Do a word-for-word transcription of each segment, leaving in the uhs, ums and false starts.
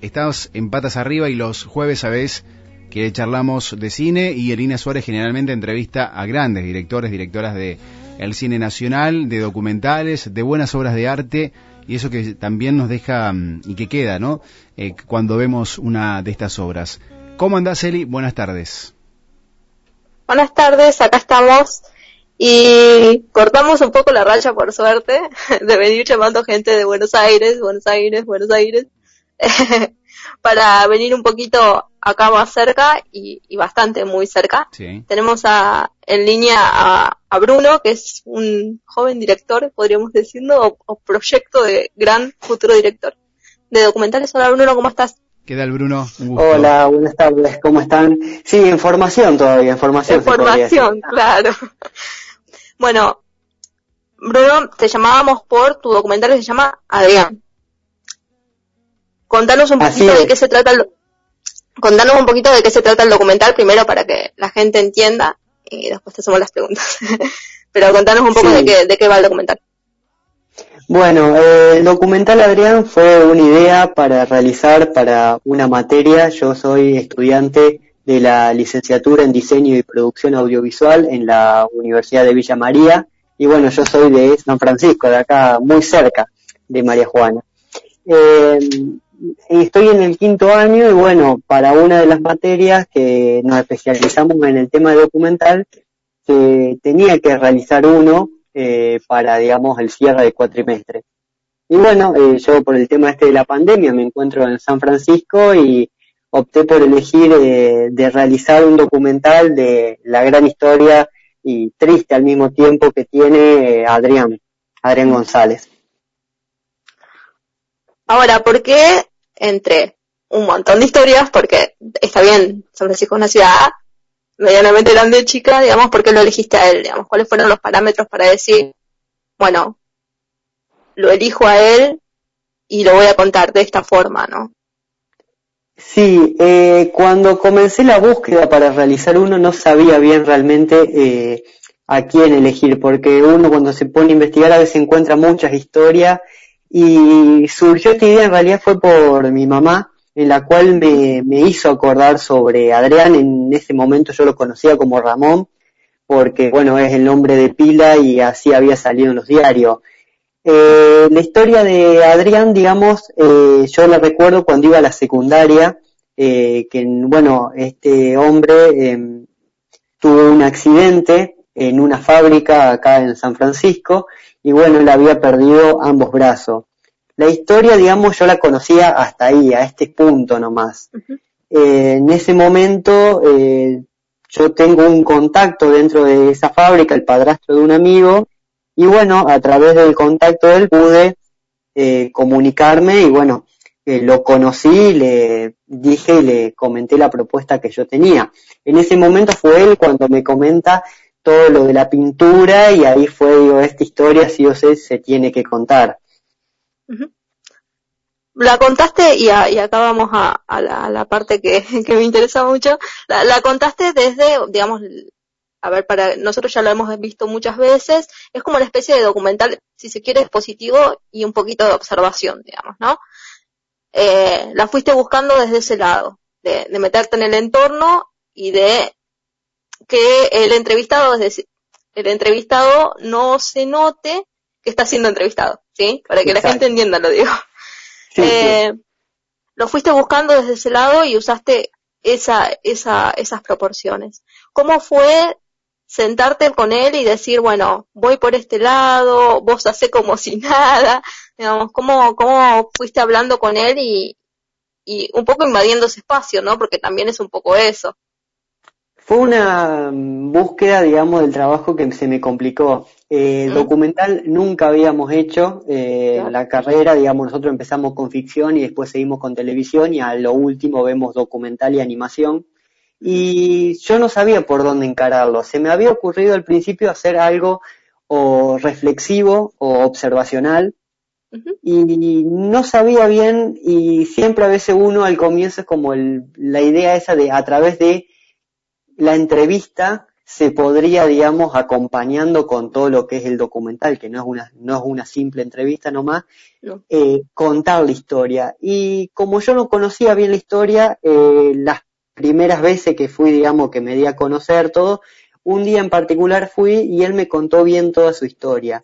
estás en Patas Arriba y los jueves sabés que charlamos de cine y Elina Suárez generalmente entrevista a grandes directores, directoras de el cine nacional, de documentales, de buenas obras de arte y eso que también nos deja y que queda, ¿no? Eh, cuando vemos una de estas obras. ¿Cómo andás, Eli? Buenas tardes. Buenas tardes, acá estamos y cortamos un poco la racha, por suerte, de venir llamando gente de Buenos Aires, Buenos Aires, Buenos Aires, para venir un poquito acá más cerca y, y bastante muy cerca. Sí. Tenemos a, en línea a, a Bruno, que es un joven director, podríamos decirlo, o, o proyecto de gran futuro director de documentales. Hola Bruno, ¿cómo estás? ¿Qué tal, Bruno? Un gusto. Hola, buenas tardes, ¿cómo están? Sí, en formación todavía, en formación. En formación, claro. Bueno, Bruno, te llamábamos por tu documental que se llama Adrián. Contanos un poquito de qué se trata el, contanos un poquito de qué se trata el documental primero para que la gente entienda y después te hacemos las preguntas. Pero contanos un poco sí. de qué de qué va el documental. Bueno, eh, el documental Adrián fue una idea para realizar para una materia. Yo soy estudiante de la licenciatura en Diseño y Producción Audiovisual en la Universidad de Villa María. Y bueno, yo soy de San Francisco, de acá muy cerca de María Juana. Eh, estoy en el quinto año y bueno, para una de las materias que nos especializamos en el tema de documental, que tenía que realizar uno Eh, para, digamos, el cierre del cuatrimestre. Y bueno, eh, yo por el tema este de la pandemia me encuentro en San Francisco y opté por elegir eh, de realizar un documental de la gran historia y triste al mismo tiempo que tiene eh, Adrián, Adrián González. Ahora, ¿por qué entre un montón de historias? Porque está bien, San Francisco es una ciudad medianamente grande, chica, digamos, ¿por qué lo elegiste a él? Digamos, ¿cuáles fueron los parámetros para decir, bueno, lo elijo a él y lo voy a contar de esta forma, ¿no? Sí, eh, cuando comencé la búsqueda para realizar uno no sabía bien realmente eh, a quién elegir, porque uno cuando se pone a investigar a veces encuentra muchas historias y surgió esta idea, en realidad fue por mi mamá, en la cual me, me hizo acordar sobre Adrián. En ese momento yo lo conocía como Ramón, porque bueno, es el nombre de pila y así había salido en los diarios. Eh, la historia de Adrián, digamos, eh, yo la recuerdo cuando iba a la secundaria, eh, que bueno, este hombre eh, tuvo un accidente en una fábrica acá en San Francisco y bueno, él había perdido ambos brazos. La historia, digamos, yo la conocía hasta ahí, a este punto nomás. Uh-huh. Eh, en ese momento, eh, yo tengo un contacto dentro de esa fábrica, el padrastro de un amigo, y bueno, a través del contacto de él pude eh, comunicarme y bueno, eh, lo conocí, le dije y le comenté la propuesta que yo tenía. En ese momento fue él cuando me comenta todo lo de la pintura y ahí fue, digo, esta historia sí o sí se tiene que contar. Uh-huh. La contaste y, a, y acá vamos a, a, la, a la parte que, que me interesa mucho. La, la contaste desde, digamos, a ver, para nosotros ya lo hemos visto muchas veces. Es como una especie de documental, si se quiere, expositivo y un poquito de observación, digamos, ¿no? Eh, la fuiste buscando desde ese lado, de, de meterte en el entorno y de que el entrevistado, es decir, el entrevistado no se note que está siendo entrevistado, ¿sí? Para que Exacto. La gente entienda, lo digo. Sí, eh, sí. Lo fuiste buscando desde ese lado y usaste esa, esa, esas proporciones. ¿Cómo fue sentarte con él y decir, bueno, voy por este lado, vos hacés como si nada? Digamos, ¿cómo, cómo fuiste hablando con él y, y un poco invadiendo ese espacio, ¿no? Porque también es un poco eso. Fue una búsqueda, digamos, del trabajo que se me complicó. Eh, ¿Mm? Documental nunca habíamos hecho eh, claro. En la carrera, digamos, nosotros empezamos con ficción y después seguimos con televisión y a lo último vemos documental y animación. Y yo no sabía por dónde encararlo. Se me había ocurrido al principio hacer algo o reflexivo o observacional uh-huh. y no sabía bien y siempre a veces uno al comienzo es como el, la idea esa de a través de la entrevista se podría, digamos, acompañando con todo lo que es el documental, que no es una, no es una simple entrevista nomás, No. eh, contar la historia. Y como yo no conocía bien la historia, eh, las primeras veces que fui, digamos, que me di a conocer todo, un día en particular fui y él me contó bien toda su historia.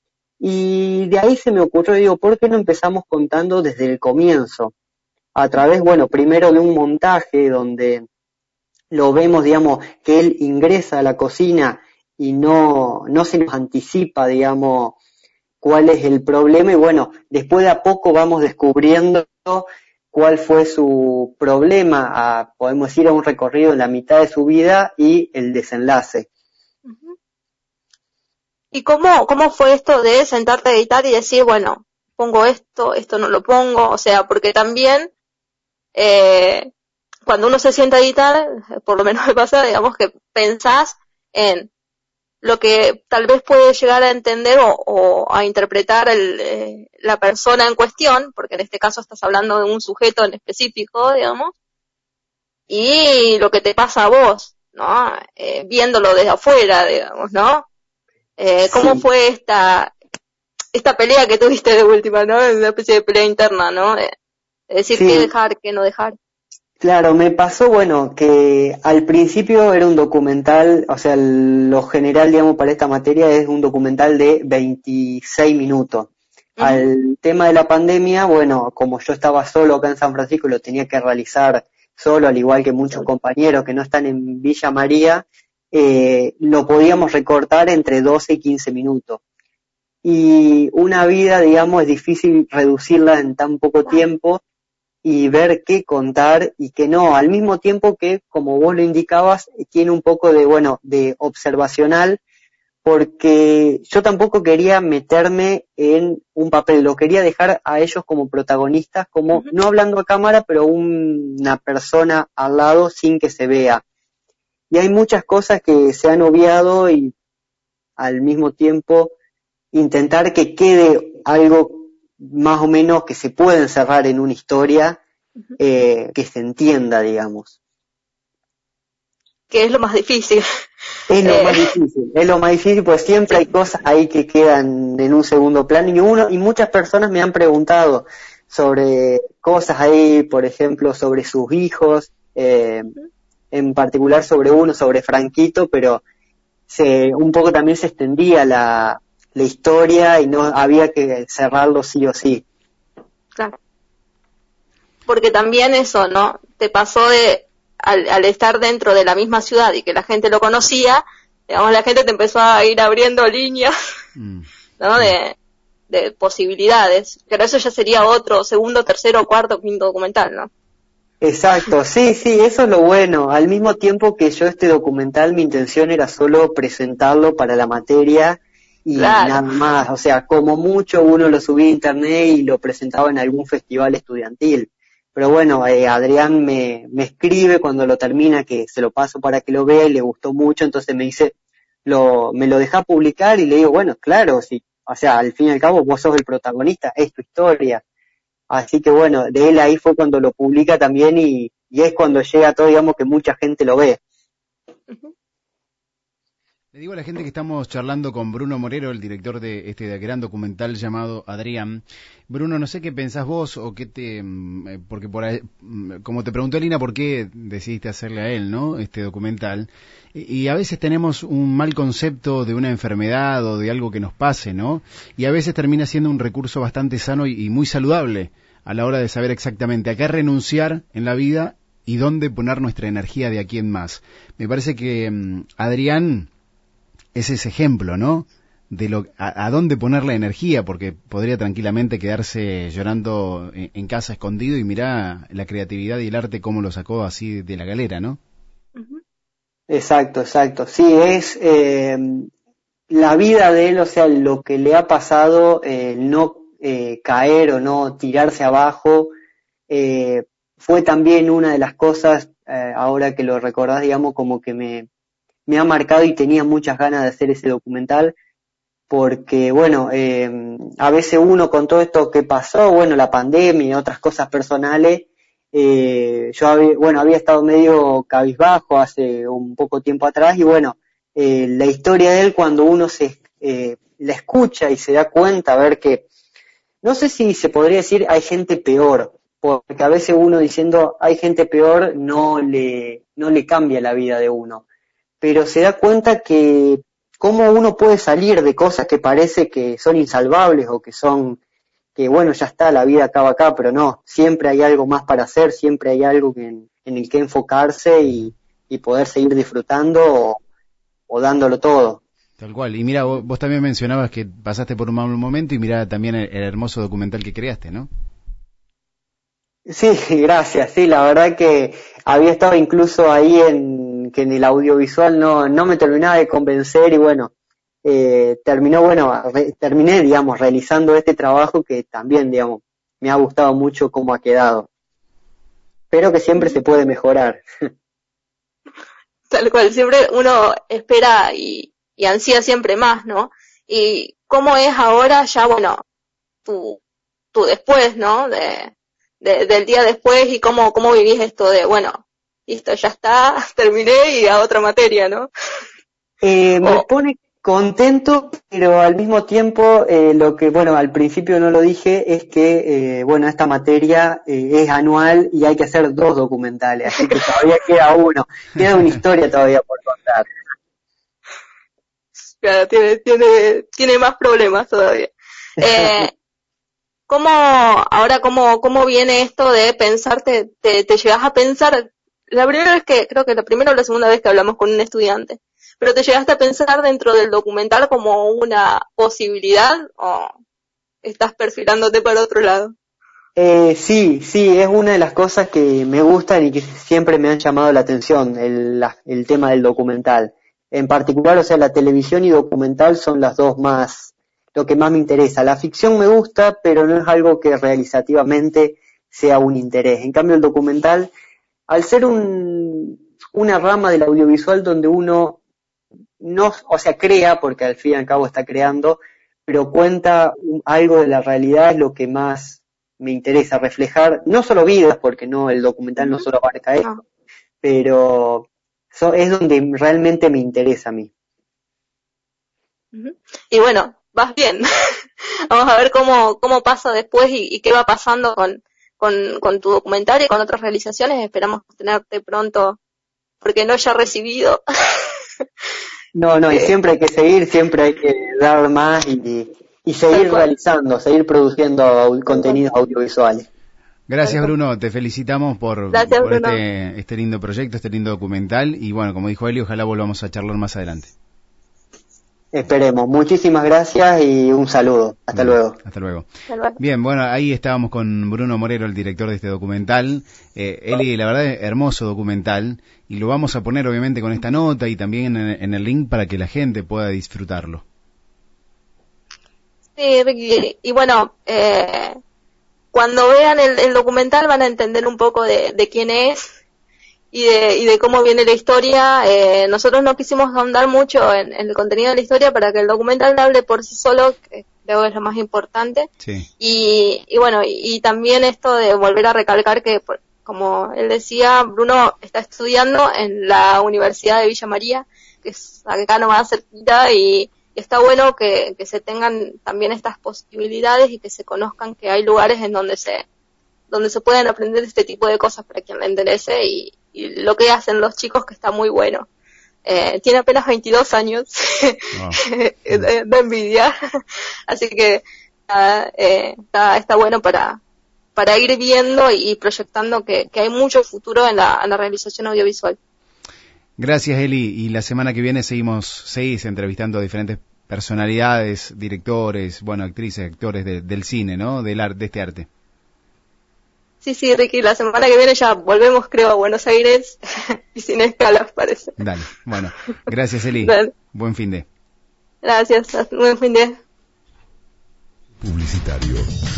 Y de ahí se me ocurrió, digo, ¿por qué no empezamos contando desde el comienzo? A través, bueno, primero de un montaje donde lo vemos, digamos, que él ingresa a la cocina y no, no se nos anticipa, digamos, cuál es el problema, y bueno, después de a poco vamos descubriendo cuál fue su problema, a, podemos decir, a un recorrido en la mitad de su vida y el desenlace. Uh-huh. ¿Y cómo, cómo fue esto de sentarte a editar y decir, bueno, pongo esto, esto no lo pongo? O sea, porque también eh, cuando uno se sienta a editar, por lo menos me pasa, digamos, que pensás en lo que tal vez puede llegar a entender o, o a interpretar el, eh, la persona en cuestión, porque en este caso estás hablando de un sujeto en específico, digamos, y lo que te pasa a vos, ¿no? Eh, viéndolo desde afuera, digamos, ¿no? Eh, ¿Cómo Sí. fue esta esta pelea que tuviste de última, ¿no? Una especie de pelea interna, ¿no? Eh, es decir, Sí. qué dejar, qué no dejar. Claro, me pasó, bueno, que al principio era un documental, o sea, lo general, digamos, para esta materia es un documental de veintiséis minutos. Uh-huh. Al tema de la pandemia, bueno, como yo estaba solo acá en San Francisco y lo tenía que realizar solo, al igual que muchos compañeros que no están en Villa María, eh, lo podíamos recortar entre doce y quince minutos. Y una vida, digamos, es difícil reducirla en tan poco tiempo y ver qué contar y qué no, al mismo tiempo que, como vos lo indicabas, tiene un poco de, bueno, de observacional, porque yo tampoco quería meterme en un papel, lo quería dejar a ellos como protagonistas, como, uh-huh. no hablando a cámara, pero un, una persona al lado sin que se vea. Y hay muchas cosas que se han obviado y al mismo tiempo intentar que quede algo más o menos que se pueda encerrar en una historia, uh-huh. eh, que se entienda, digamos. Que es lo más difícil. Es lo eh. más difícil, es lo más difícil, pues siempre hay cosas ahí que quedan en un segundo plano, y uno, y muchas personas me han preguntado sobre cosas ahí, por ejemplo, sobre sus hijos, eh, uh-huh. en particular sobre uno, sobre Franquito, pero se, un poco también se extendía la la historia y no había que cerrarlo sí o sí. Claro. Porque también eso, ¿no? Te pasó de, al, al estar dentro de la misma ciudad y que la gente lo conocía, digamos, la gente te empezó a ir abriendo líneas, mm. ¿no? De, de posibilidades. Pero eso ya sería otro, segundo, tercero, cuarto, quinto documental, ¿no? Exacto, sí, sí, eso es lo bueno. Al mismo tiempo que yo este documental, mi intención era solo presentarlo para la materia y claro. nada más, o sea, como mucho uno lo subía a internet y lo presentaba en algún festival estudiantil, pero bueno, eh, Adrián me, me escribe cuando lo termina, que se lo paso para que lo vea y le gustó mucho, entonces me dice, lo, me lo deja publicar, y le digo, bueno, claro, sí, o sea, al fin y al cabo vos sos el protagonista, es tu historia, así que bueno, de él ahí fue cuando lo publica también, y, y es cuando llega todo, digamos, que mucha gente lo ve. Uh-huh. Le digo a la gente que estamos charlando con Bruno Morero, el director de este gran documental llamado Adrián. Bruno, no sé qué pensás vos o qué te... Porque por ahí, como te preguntó Lina, ¿por qué decidiste hacerle a él, no, este documental? Y a veces tenemos un mal concepto de una enfermedad o de algo que nos pase, ¿no? Y a veces termina siendo un recurso bastante sano y, y muy saludable a la hora de saber exactamente a qué renunciar en la vida y dónde poner nuestra energía de aquí en más. Me parece que um, Adrián es ese ejemplo, ¿no? De lo a, a dónde poner la energía, porque podría tranquilamente quedarse llorando en, en casa escondido y mirá la creatividad y el arte cómo lo sacó así de la galera, ¿no? Uh-huh. Exacto, exacto. Sí, es eh, la vida de él, o sea, lo que le ha pasado, eh, no eh, caer o no tirarse abajo, eh, fue también una de las cosas, eh, ahora que lo recordás, digamos, como que me me ha marcado y tenía muchas ganas de hacer ese documental, porque, bueno, eh, a veces uno con todo esto que pasó, bueno, la pandemia y otras cosas personales, eh, yo había, bueno, había estado medio cabizbajo hace un poco tiempo atrás y, bueno, eh, la historia de él cuando uno se eh, la escucha y se da cuenta, a ver que, no sé si se podría decir hay gente peor, porque a veces uno diciendo hay gente peor no le, no le cambia la vida de uno, pero se da cuenta que cómo uno puede salir de cosas que parece que son insalvables o que son, que bueno, ya está, la vida acaba acá, pero no, siempre hay algo más para hacer, siempre hay algo que, en, en el que enfocarse y, y poder seguir disfrutando o, o dándolo todo. Tal cual. Y mira, vos, vos también mencionabas que pasaste por un mal momento y mira también el, el hermoso documental que creaste, ¿no? Sí, gracias. Sí, la verdad que había estado incluso ahí en que en el audiovisual no, no me terminaba de convencer y bueno, eh, terminó, bueno, re, terminé, digamos, realizando este trabajo que también, digamos, me ha gustado mucho cómo ha quedado. Pero que siempre se puede mejorar. Tal cual, siempre uno espera y, y ansía siempre más, ¿no? Y cómo es ahora ya, bueno, tu, tu después, ¿no? De, de, del día después y cómo, cómo vivís esto de, bueno, listo, ya está, terminé y a otra materia, ¿no? Eh, me Oh. pone contento, pero al mismo tiempo eh, lo que, bueno, al principio no lo dije, es que, eh, bueno, esta materia eh, es anual y hay que hacer dos documentales, así que todavía queda uno, queda una historia todavía por contar. Claro, tiene, tiene, tiene más problemas todavía. Eh, ¿Cómo, ahora cómo, cómo viene esto de pensarte, te, te llegas a pensar, la primera vez que, creo que la primera o la segunda vez que hablamos con un estudiante, pero te llegaste a pensar dentro del documental como una posibilidad o estás perfilándote para otro lado? Eh, sí, sí, es una de las cosas que me gustan y que siempre me han llamado la atención, el, la, el tema del documental. En particular, o sea, la televisión y documental son las dos más, lo que más me interesa. La ficción me gusta, pero no es algo que realizativamente sea un interés. En cambio, el documental, al ser un, una rama del audiovisual donde uno no, o sea, crea, porque al fin y al cabo está creando, pero cuenta un, algo de la realidad, es lo que más me interesa, reflejar, no solo vidas, porque no, el documental no solo abarca esto, No. pero so, es donde realmente me interesa a mí. Uh-huh. Y bueno, vas bien. Vamos a ver cómo, cómo pasa después y, y qué va pasando con, con, con tu documental y con otras realizaciones. Esperamos tenerte pronto, porque no ya recibido. No, no, y siempre hay que seguir, siempre hay que dar más y, y seguir realizando, seguir produciendo au- contenidos audiovisuales. Gracias, Bruno, te felicitamos por, Gracias, por Bruno. este, este lindo proyecto, este lindo documental y bueno, como dijo Eli, ojalá volvamos a charlar más adelante. Esperemos. Muchísimas gracias y un saludo. Hasta Bueno, luego. Hasta luego. Hasta luego. Bien, bueno, ahí estábamos con Bruno Morero, el director de este documental. Eh, Eli, la verdad, hermoso documental y lo vamos a poner obviamente con esta nota y también en, en el link para que la gente pueda disfrutarlo. Sí, Ricky. Y bueno, eh, cuando vean el, el documental van a entender un poco de, de quién es y de, y de cómo viene la historia. Eh, nosotros no quisimos ahondar mucho en, en el contenido de la historia para que el documental hable por sí solo, que creo que es lo más importante. Sí. Y, y bueno, y, y también esto de volver a recalcar que, por, como él decía, Bruno está estudiando en la Universidad de Villa María, que es acá nomás cerquita, y, y está bueno que, que se tengan también estas posibilidades y que se conozcan que hay lugares en donde se donde se pueden aprender este tipo de cosas para quien le interese y, y lo que hacen los chicos que está muy bueno. Eh, tiene apenas veintidós años, wow. Da envidia, así que uh, eh, está, está bueno para para ir viendo y proyectando que, que hay mucho futuro en la, en la realización audiovisual. Gracias, Eli, y la semana que viene seguimos seguís entrevistando a diferentes personalidades, directores, bueno, actrices, actores de, del cine, ¿no? Del arte, de este arte. Sí, sí, Ricky, la semana que viene ya volvemos, creo, a Buenos Aires y sin escalas, parece. Dale, bueno, gracias, Eli. Dale. Buen fin de. Gracias, buen fin de. Publicitario.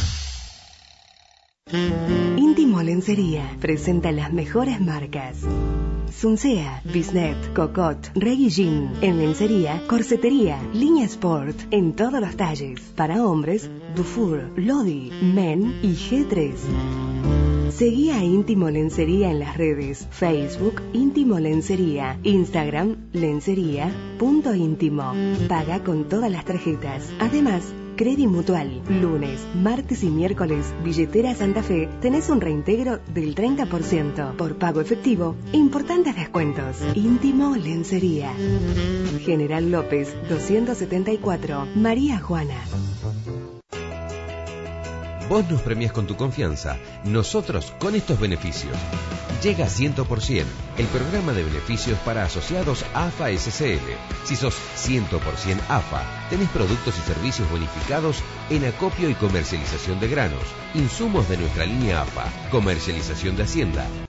Íntimo Lencería presenta las mejores marcas. Sunsea, Bisnet, Cocotte, Reggae Jean, en lencería, corsetería, línea sport, en todos los talles. Para hombres, Dufour, Lodi, Men y G tres. Seguí a Íntimo Lencería en las redes, Facebook Íntimo Lencería, Instagram lencería punto íntimo. Paga con todas las tarjetas. Además, Credit Mutual, lunes, martes y miércoles, billetera Santa Fe, tenés un reintegro del treinta por ciento. Por pago efectivo, importantes descuentos. Íntimo Lencería. General López, doscientos setenta y cuatro, María Juana. Vos nos premiás con tu confianza, nosotros con estos beneficios. Llega cien por ciento, el programa de beneficios para asociados A F A S C L. Si sos cien por ciento A F A, tenés productos y servicios bonificados en acopio y comercialización de granos, insumos de nuestra línea A F A, comercialización de hacienda,